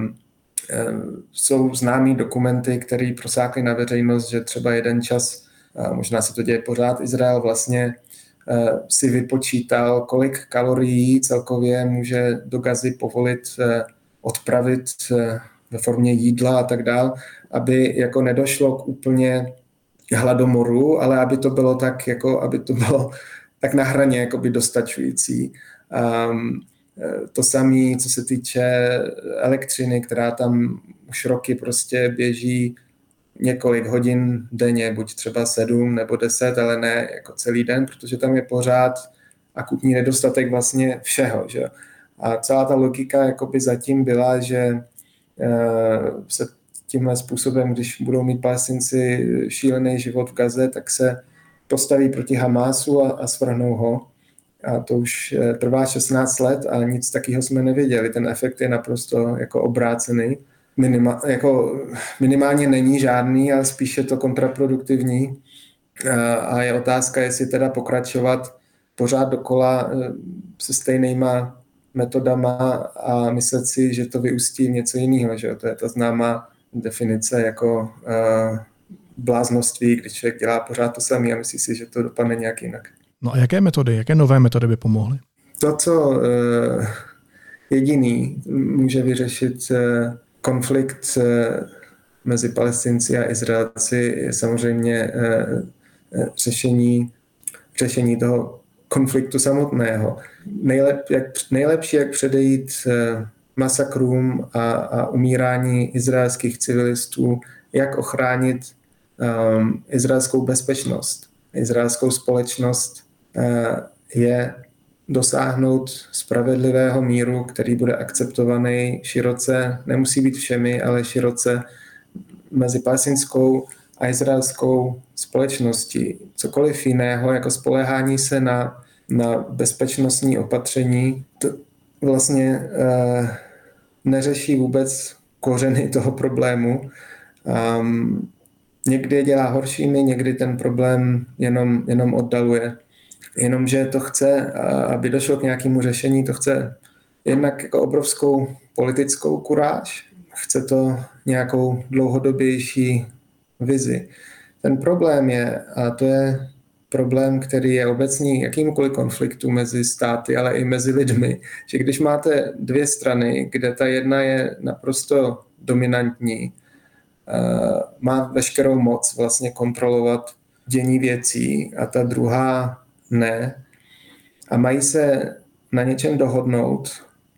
jsou známý dokumenty, které prosákly na veřejnost, že třeba jeden čas, a možná se to děje pořád, Izrael vlastně uh, si vypočítal, kolik kalorií celkově může do Gazy povolit uh, odpravit uh, ve formě jídla a tak dál, aby jako nedošlo k úplně hladomoru, ale aby to bylo tak, jako, aby to bylo tak na hraně jakoby dostačující. Um, to samé, co se týče elektřiny, která tam už roky prostě běží několik hodin denně, buď třeba sedm nebo deset, ale ne jako celý den, protože tam je pořád akutní nedostatek vlastně všeho. Že? A celá ta logika jakoby zatím byla, že uh, se tímhle způsobem, když budou mít Palestinci šílený život v Gaze, tak se postaví proti Hamásu a, a svrhnou ho. A to už trvá šestnáct let a nic takového jsme nevěděli. Ten efekt je naprosto jako obrácený. Minima, jako minimálně není žádný, ale spíš je to kontraproduktivní. A, a je otázka, jestli teda pokračovat pořád dokola se stejnýma metodama a myslet si, že to vyústí v něco jiného. Že? To je ta známá definice jako uh, bláznoství, když člověk dělá pořád to samé a myslí si, že to dopadne nějak jinak. No a jaké metody, jaké nové metody by pomohly? To, co uh, jediný může vyřešit uh, konflikt uh, mezi Palestinci a Izraelci, je samozřejmě uh, řešení, řešení toho konfliktu samotného. Nejlep, jak, nejlepší, jak předejít uh, masakrům a, a umírání izraelských civilistů, jak ochránit um, izraelskou bezpečnost. Izraelskou společnost uh, je dosáhnout spravedlivého míru, který bude akceptovaný široce, nemusí být všemi, ale široce mezi palestinskou a izraelskou společností. Cokoliv jiného, jako spoléhání se na, na bezpečnostní opatření, to vlastně eh, neřeší vůbec kořeny toho problému. Um, někdy je dělá horšími, někdy ten problém jenom, jenom oddaluje. Jenomže to chce, aby došlo k nějakému řešení, to chce jednak jako obrovskou politickou kuráž, chce to nějakou dlouhodobější vizi. Ten problém je, a to je problém, který je obecný jakýmkoliv konfliktu mezi státy, ale i mezi lidmi, že když máte dvě strany, kde ta jedna je naprosto dominantní, má veškerou moc vlastně kontrolovat dění věcí a ta druhá ne, a mají se na něčem dohodnout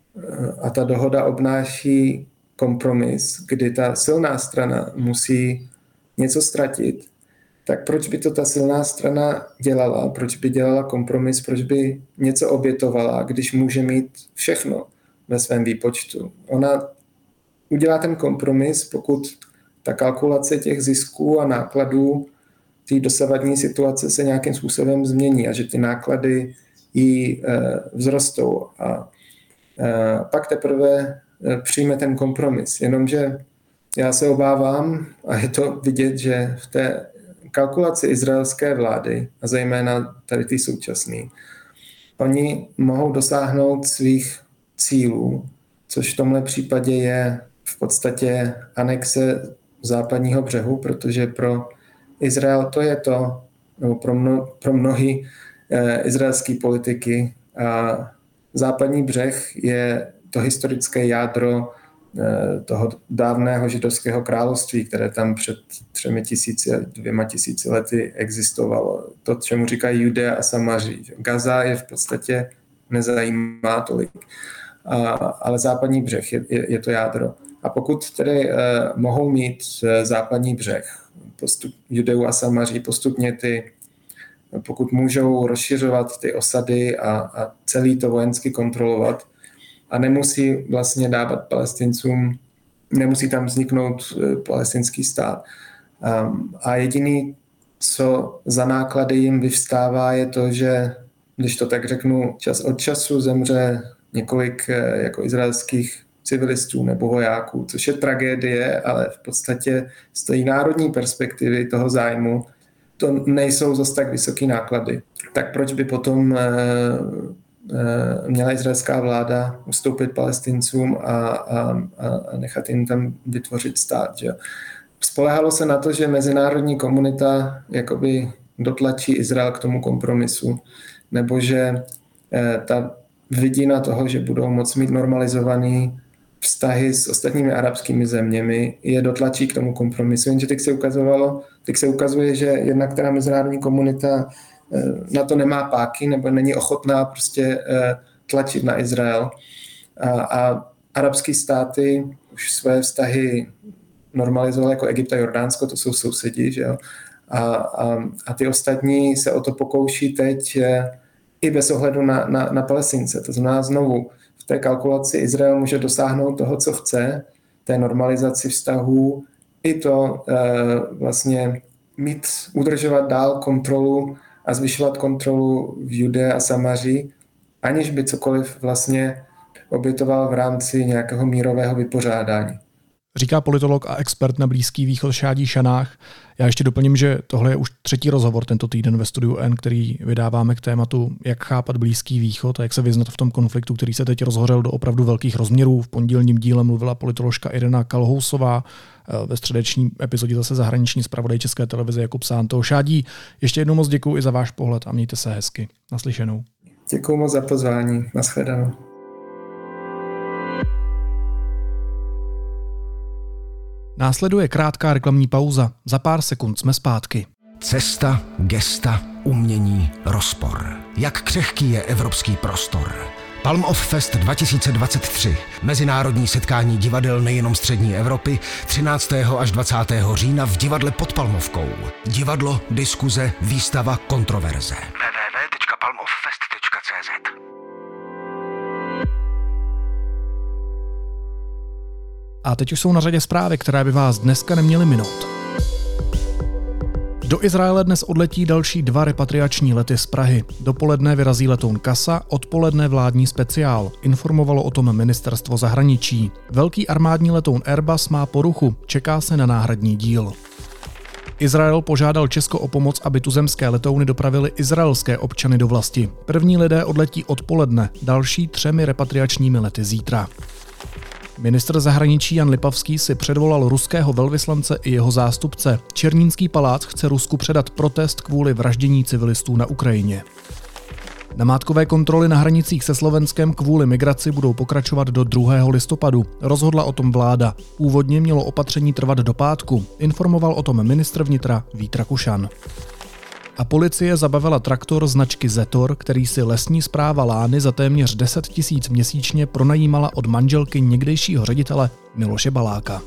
a ta dohoda obnáší kompromis, kdy ta silná strana musí něco ztratit, tak proč by to ta silná strana dělala? Proč by dělala kompromis? Proč by něco obětovala, když může mít všechno ve svém výpočtu? Ona udělá ten kompromis, pokud ta kalkulace těch zisků a nákladů té dosavadní situace se nějakým způsobem změní a že ty náklady jí e, vzrostou. A e, pak teprve e, přijme ten kompromis. Jenomže já se obávám, a je to vidět, že v té kalkulaci izraelské vlády, a zejména tady ty současný, oni mohou dosáhnout svých cílů, což v tomhle případě je v podstatě anexe západního břehu, protože pro Izrael to je to, no, pro, mno, pro mnohý eh, izraelský politiky a západní břeh je to historické jádro eh, toho dávného židovského království, které tam před třemi tisíci, dvěma tisíci lety existovalo. To, čemu říkají Judea a Samaří. Gaza je v podstatě nezajímá tolik, a, ale západní břeh je, je, je to jádro. A pokud tedy eh, mohou mít eh, západní břeh, postup, Judeu a Samaří postupně ty, pokud můžou rozšiřovat ty osady a, a celý to vojensky kontrolovat a nemusí vlastně dávat Palestincům, nemusí tam vzniknout eh, palestinský stát. Um, a jediný, co za náklady jim vyvstává, je to, že, když to tak řeknu, čas od času zemře několik eh, jako izraelských civilistů nebo vojáků, což je tragédie, ale v podstatě z té národní perspektivy toho zájmu to nejsou zase tak vysoké náklady. Tak proč by potom e, e, měla izraelská vláda ustoupit Palestincům a, a, a nechat jim tam vytvořit stát? Že? Spoléhalo se na to, že mezinárodní komunita jakoby dotlačí Izrael k tomu kompromisu, nebo že e, ta vidina toho, že budou moc mít normalizovaný vztahy s ostatními arabskými zeměmi, je dotlačí k tomu kompromisu. Jenže teď se ukazovalo, teď se ukazuje, že jednak teda mezinárodní komunita na to nemá páky nebo není ochotná prostě tlačit na Izrael. A, a arabské státy už své vztahy normalizovaly jako Egypt a Jordánsko, to jsou sousedi, že jo? A, a, a ty ostatní se o to pokouší teď i bez ohledu na, na, na Palestince. To znamená znovu, v té kalkulaci Izrael může dosáhnout toho, co chce, té normalizaci vztahů, i to e, vlastně mít, udržovat dál kontrolu a zvyšovat kontrolu v Judee a Samaří, aniž by cokoliv vlastně obětoval v rámci nějakého mírového vypořádání. Říká politolog a expert na Blízký východ Šádí Šanách. Já ještě doplním, že tohle je už třetí rozhovor tento týden ve Studiu N, který vydáváme k tématu, jak chápat Blízký východ a jak se vyznat v tom konfliktu, který se teď rozhořel do opravdu velkých rozměrů. V pondělním díle mluvila politoložka Irena Kalhousová, ve středeční epizodě zase zahraniční zpravodaj České televize Jakub Sánto. Šádí, ještě jednou moc děkuji i za váš pohled a mějte se hezky. Naslyšenou. Děkuji moc za pozvání. Nashledanou. Následuje krátká reklamní pauza. Za pár sekund jsme zpátky. Cesta, gesta, umění, rozpor. Jak křehký je evropský prostor. Palm of Fest dva tisíce dvacet tři. Mezinárodní setkání divadel nejenom střední Evropy třináctého až dvacátého října v divadle pod Palmovkou. Divadlo, diskuze, výstava, kontroverze. w w w tečka palm of fest tečka c z A teď už jsou na řadě zprávy, které by vás dneska neměly minout. Do Izraele dnes odletí další dva repatriační lety z Prahy. Dopoledne vyrazí letoun Kasa, odpoledne vládní speciál. Informovalo o tom ministerstvo zahraničí. Velký armádní letoun Airbus má poruchu, čeká se na náhradní díl. Izrael požádal Česko o pomoc, aby tuzemské letouny dopravily izraelské občany do vlasti. První lidé odletí odpoledne, další třemi repatriačními lety zítra. Ministr zahraničí Jan Lipavský si předvolal ruského velvyslance i jeho zástupce. Černínský palác chce Rusku předat protest kvůli vraždění civilistů na Ukrajině. Namátkové kontroly na hranicích se Slovenskem kvůli migraci budou pokračovat do druhého listopadu. Rozhodla o tom vláda. Původně mělo opatření trvat do pátku. Informoval o tom ministr vnitra Vít Rakušan. A policie zabavila traktor značky Zetor, který si lesní správa Lány za téměř deset tisíc měsíčně pronajímala od manželky někdejšího ředitele Miloše Baláka.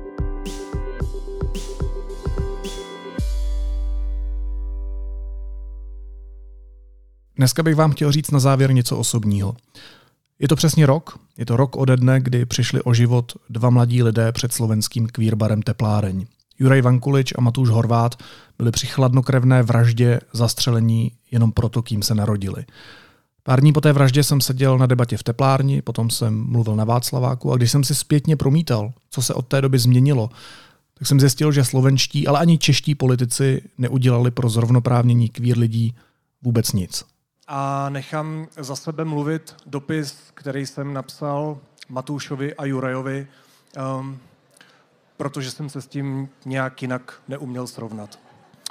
Dneska bych vám chtěl říct na závěr něco osobního. Je to přesně rok, je to rok ode dne, kdy přišli o život dva mladí lidé před slovenským kvírbarem Tepláreň. Juraj Vankulič a Matúš Horvát byli při chladnokrevné vraždě zastřelení jenom proto, kým se narodili. Pár dní po té vraždě jsem seděl na debatě v teplárni, potom jsem mluvil na Václaváku a když jsem si zpětně promítal, co se od té doby změnilo, tak jsem zjistil, že slovenští, ale ani čeští politici neudělali pro zrovnoprávnění kvír lidí vůbec nic. A nechám za sebe mluvit dopis, který jsem napsal Matúšovi a Jurajovi, um, protože jsem se s tím nějak jinak neuměl srovnat.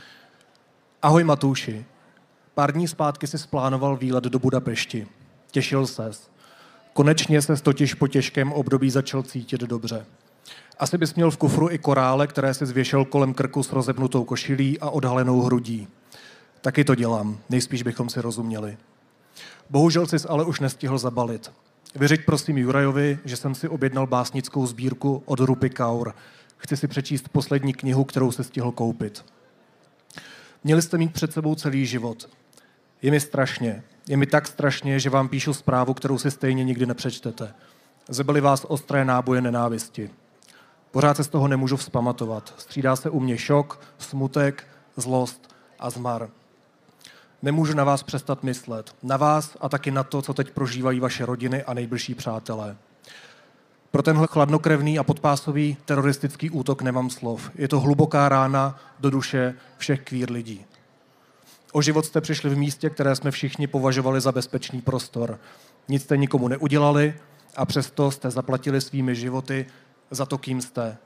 Ahoj Matúši, pár dní zpátky si splánoval výlet do Budapešti. Těšil ses. Konečně ses totiž po těžkém období začal cítit dobře. Asi bys měl v kufru i korále, které si zvěšel kolem krku s rozepnutou košilí a odhalenou hrudí. Taky to dělám, nejspíš bychom si rozuměli. Bohužel jsi ale už nestihl zabalit. Vyřiď prosím Jurajovi, že jsem si objednal básnickou sbírku od Rupy Kaur. Chci si přečíst poslední knihu, kterou se stihl koupit. Měli jste mít před sebou celý život. Je mi strašně. Je mi tak strašně, že vám píšu zprávu, kterou si stejně nikdy nepřečtete. Zabili vás ostré náboje nenávisti. Pořád se z toho nemůžu vzpamatovat. Střídá se u mě šok, smutek, zlost a zmar. Nemůžu na vás přestat myslet. Na vás a taky na to, co teď prožívají vaše rodiny a nejbližší přátelé. Pro tenhle chladnokrevný a podpásový teroristický útok nemám slov. Je to hluboká rána do duše všech kvír lidí. O život jste přišli v místě, které jsme všichni považovali za bezpečný prostor. Nic jste nikomu neudělali a přesto jste zaplatili svými životy za to, kým jste.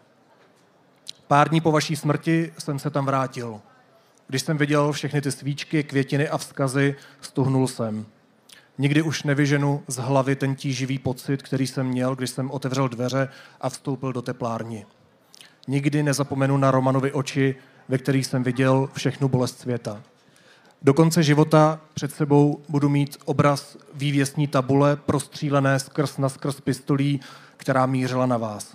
Pár dní po vaší smrti jsem se tam vrátil. Když jsem viděl všechny ty svíčky, květiny a vzkazy, stuhnul jsem. Nikdy už nevyženu z hlavy ten tíživý pocit, který jsem měl, když jsem otevřel dveře a vstoupil do teplárny. Nikdy nezapomenu na Romanovi oči, ve kterých jsem viděl všechnu bolest světa. Do konce života před sebou budu mít obraz vývěsní tabule prostřílené skrz na skrz pistolí, která mířila na vás.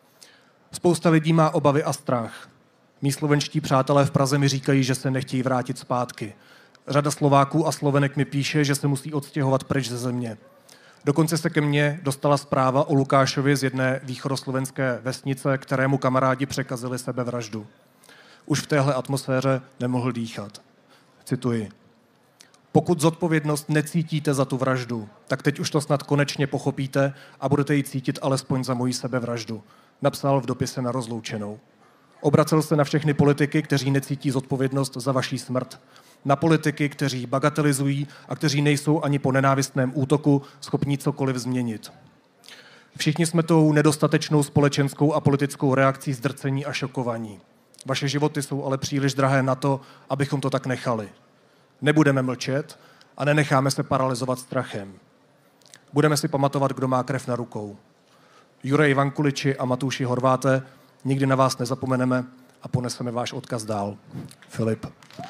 Spousta lidí má obavy a strach. Mí slovenští přátelé v Praze mi říkají, že se nechtějí vrátit zpátky. Řada Slováků a Slovenek mi píše, že se musí odstěhovat pryč ze země. Dokonce se ke mně dostala zpráva o Lukášovi z jedné východoslovenské vesnice, kterému kamarádi překazili sebevraždu. Už v téhle atmosféře nemohl dýchat. Cituji. Pokud zodpovědnost necítíte za tu vraždu, tak teď už to snad konečně pochopíte a budete ji cítit alespoň za moji sebevraždu. Napsal v dopise na rozloučenou. Obracel se na všechny politiky, kteří necítí zodpovědnost za vaší smrt. Na politiky, kteří bagatelizují a kteří nejsou ani po nenávistném útoku schopni cokoliv změnit. Všichni jsme tou nedostatečnou společenskou a politickou reakcí zdrcení a šokovaní. Vaše životy jsou ale příliš drahé na to, abychom to tak nechali. Nebudeme mlčet a nenecháme se paralyzovat strachem. Budeme si pamatovat, kdo má krev na rukou. Juraj Vankuliči a Matúši Horváte, nikdy na vás nezapomeneme a poneseme váš odkaz dál. Filip.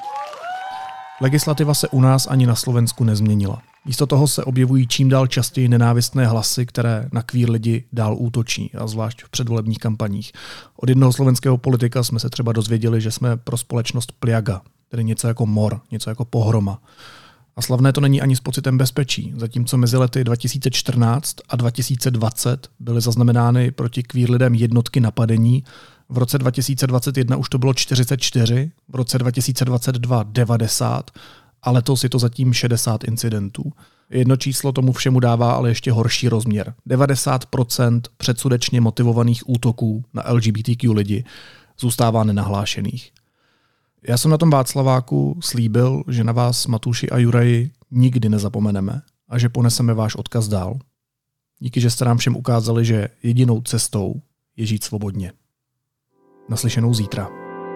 Legislativa se u nás ani na Slovensku nezměnila. Místo toho se objevují čím dál častěji nenávistné hlasy, které na kvír lidi dál útočí, a zvlášť v předvolebních kampaních. Od jednoho slovenského politika jsme se třeba dozvěděli, že jsme pro společnost pliaga, tedy něco jako mor, něco jako pohroma. A slavné to není ani s pocitem bezpečí, zatímco mezi lety dva tisíce čtrnáct a dva tisíce dvacet byly zaznamenány proti kvír lidem jednotky napadení, v roce dva tisíce dvacet jedna už to bylo čtyřicet čtyři, v roce dva tisíce dvacet dva devadesát a letos je to zatím šedesát incidentů. Jedno číslo tomu všemu dává ale ještě horší rozměr. devadesát procent předsudečně motivovaných útoků na L G B T Q lidi zůstává nenahlášených. Já jsem na tom Václaváku slíbil, že na vás, Matouši a Juraji, nikdy nezapomeneme a že poneseme váš odkaz dál. Díky, že jste nám všem ukázali, že jedinou cestou je žít svobodně. Naslyšenou zítra.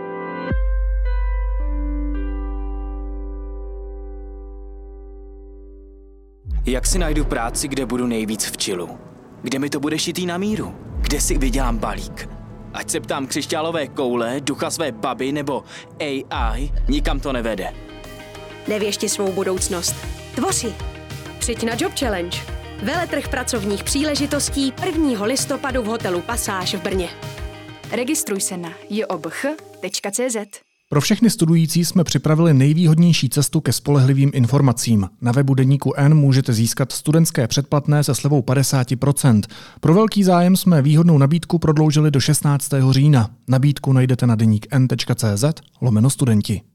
Jak si najdu práci, kde budu nejvíc v chillu? Kde mi to bude šitý na míru? Kde si vydělám balík? Ať se ptám křišťálové koule, ducha své baby nebo A I, nikam to nevede. Nevěšti svou budoucnost. Tvoři. Přijď na Job Challenge. Veletrh pracovních příležitostí prvního listopadu v hotelu Pasáž v Brně. Registruj se na j o b ch tečka c z. Pro všechny studující jsme připravili nejvýhodnější cestu ke spolehlivým informacím. Na webu Deníku N můžete získat studentské předplatné se slevou padesát procent. Pro velký zájem jsme výhodnou nabídku prodloužili do šestnáctého října. Nabídku najdete na deník n tečka c z lomeno studenti.